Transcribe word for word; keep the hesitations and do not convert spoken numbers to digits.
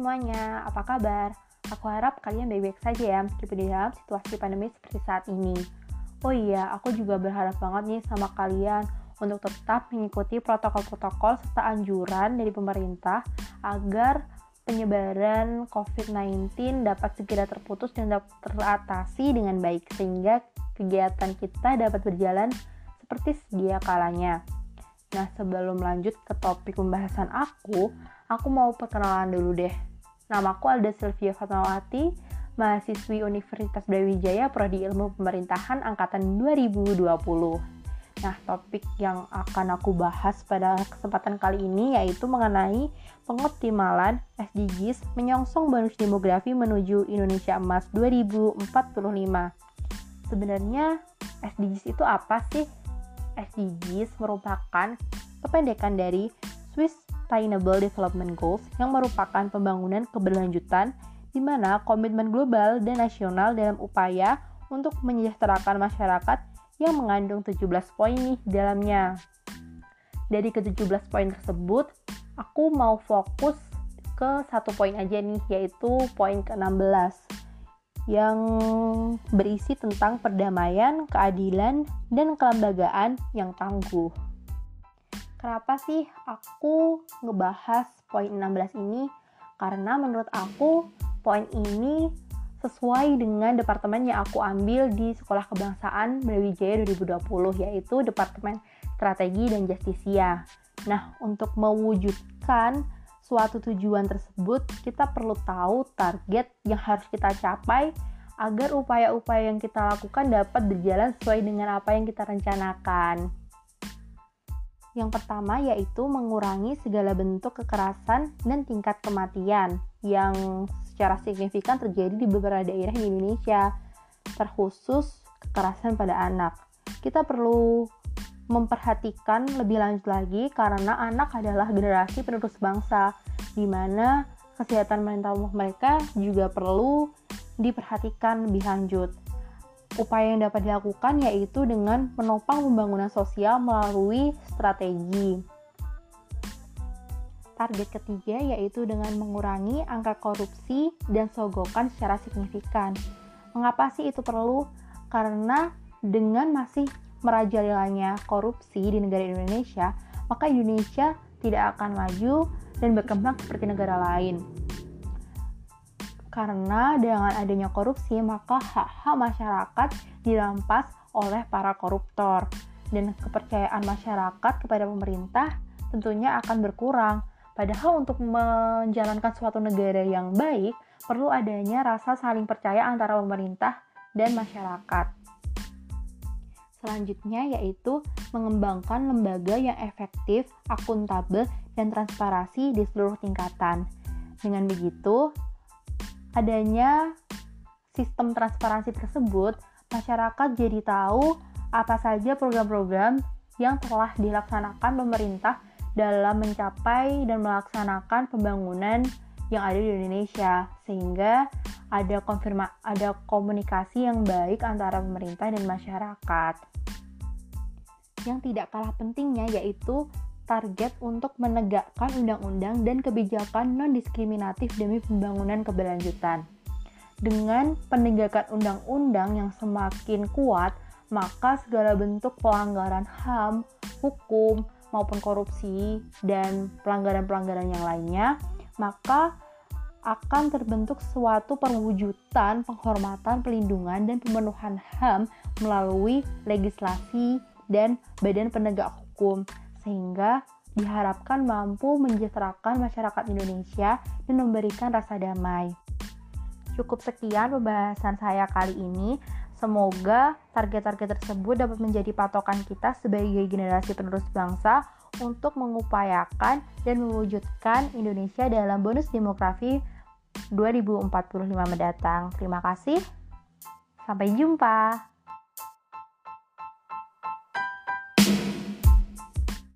semuanya, apa kabar? Aku harap kalian baik-baik saja ya, meskipun di dalam situasi pandemi seperti saat ini. Oh iya, aku juga berharap banget nih sama kalian untuk tetap mengikuti protokol-protokol serta anjuran dari pemerintah agar penyebaran covid sembilan belas dapat segera terputus dan dapat teratasi dengan baik, sehingga kegiatan kita dapat berjalan seperti sedia kalanya. Nah, sebelum lanjut ke topik pembahasan aku, aku mau perkenalan dulu deh. Namaku Alda Sylvia Fatmawati, mahasiswi Universitas Brawijaya Prodi Ilmu Pemerintahan Angkatan dua ribu dua puluh. Nah, topik yang akan aku bahas pada kesempatan kali ini yaitu mengenai pengoptimalan S D Gs menyongsong bonus demografi menuju Indonesia Emas dua ribu empat puluh lima. Sebenarnya S D Gs itu apa sih? S D Gs merupakan kependekan dari Sustainable Development Goals yang merupakan pembangunan keberlanjutan di mana komitmen global dan nasional dalam upaya untuk menyejahterakan masyarakat yang mengandung tujuh belas poin nih di dalamnya. Dari ke tujuh belas poin tersebut, aku mau fokus ke satu poin aja nih, yaitu poin ke enam belas yang berisi tentang perdamaian, keadilan, dan kelembagaan yang tangguh. Kenapa sih aku ngebahas poin enam belas ini? Karena menurut aku poin ini sesuai dengan departemen yang aku ambil di Sekolah Kebangsaan Brawijaya dua ribu dua puluh, yaitu Departemen Strategi dan Justisia. Nah, untuk mewujudkan suatu tujuan tersebut, kita perlu tahu target yang harus kita capai agar upaya-upaya yang kita lakukan dapat berjalan sesuai dengan apa yang kita rencanakan. Yang pertama yaitu mengurangi segala bentuk kekerasan dan tingkat kematian yang secara signifikan terjadi di beberapa daerah di Indonesia, terkhusus kekerasan pada anak. Kita perlu memperhatikan lebih lanjut lagi karena anak adalah generasi penerus bangsa, di mana kesehatan mental mereka juga perlu diperhatikan lebih lanjut. Upaya yang dapat dilakukan yaitu dengan menopang pembangunan sosial melalui strategi. Target ketiga yaitu dengan mengurangi angka korupsi dan sogokan secara signifikan. Mengapa sih itu perlu? Karena dengan masih merajalelanya korupsi di negara Indonesia, maka Indonesia tidak akan maju dan berkembang seperti negara lain. Karena dengan adanya korupsi, maka hak-hak masyarakat dirampas oleh para koruptor. Dan kepercayaan masyarakat kepada pemerintah tentunya akan berkurang. Padahal untuk menjalankan suatu negara yang baik, perlu adanya rasa saling percaya antara pemerintah dan masyarakat. Selanjutnya yaitu mengembangkan lembaga yang efektif, akuntabel, dan transparansi di seluruh tingkatan. Dengan begitu, adanya sistem transparansi tersebut, masyarakat jadi tahu apa saja program-program yang telah dilaksanakan pemerintah dalam mencapai dan melaksanakan pembangunan yang ada di Indonesia, sehingga ada konfirma, ada komunikasi yang baik antara pemerintah dan masyarakat. Yang tidak kalah pentingnya yaitu target untuk menegakkan undang-undang dan kebijakan non-diskriminatif demi pembangunan keberlanjutan. Dengan penegakan undang-undang yang semakin kuat, maka segala bentuk pelanggaran H A M, hukum, maupun korupsi, dan pelanggaran-pelanggaran yang lainnya, maka akan terbentuk suatu perwujudan penghormatan, pelindungan, dan pemenuhan H A M melalui legislasi dan badan penegak hukum, sehingga diharapkan mampu mensejahterakan masyarakat Indonesia dan memberikan rasa damai. Cukup sekian pembahasan saya kali ini. Semoga target-target tersebut dapat menjadi patokan kita sebagai generasi penerus bangsa untuk mengupayakan dan mewujudkan Indonesia dalam bonus demografi dua ribu empat puluh lima mendatang. Terima kasih. Sampai jumpa.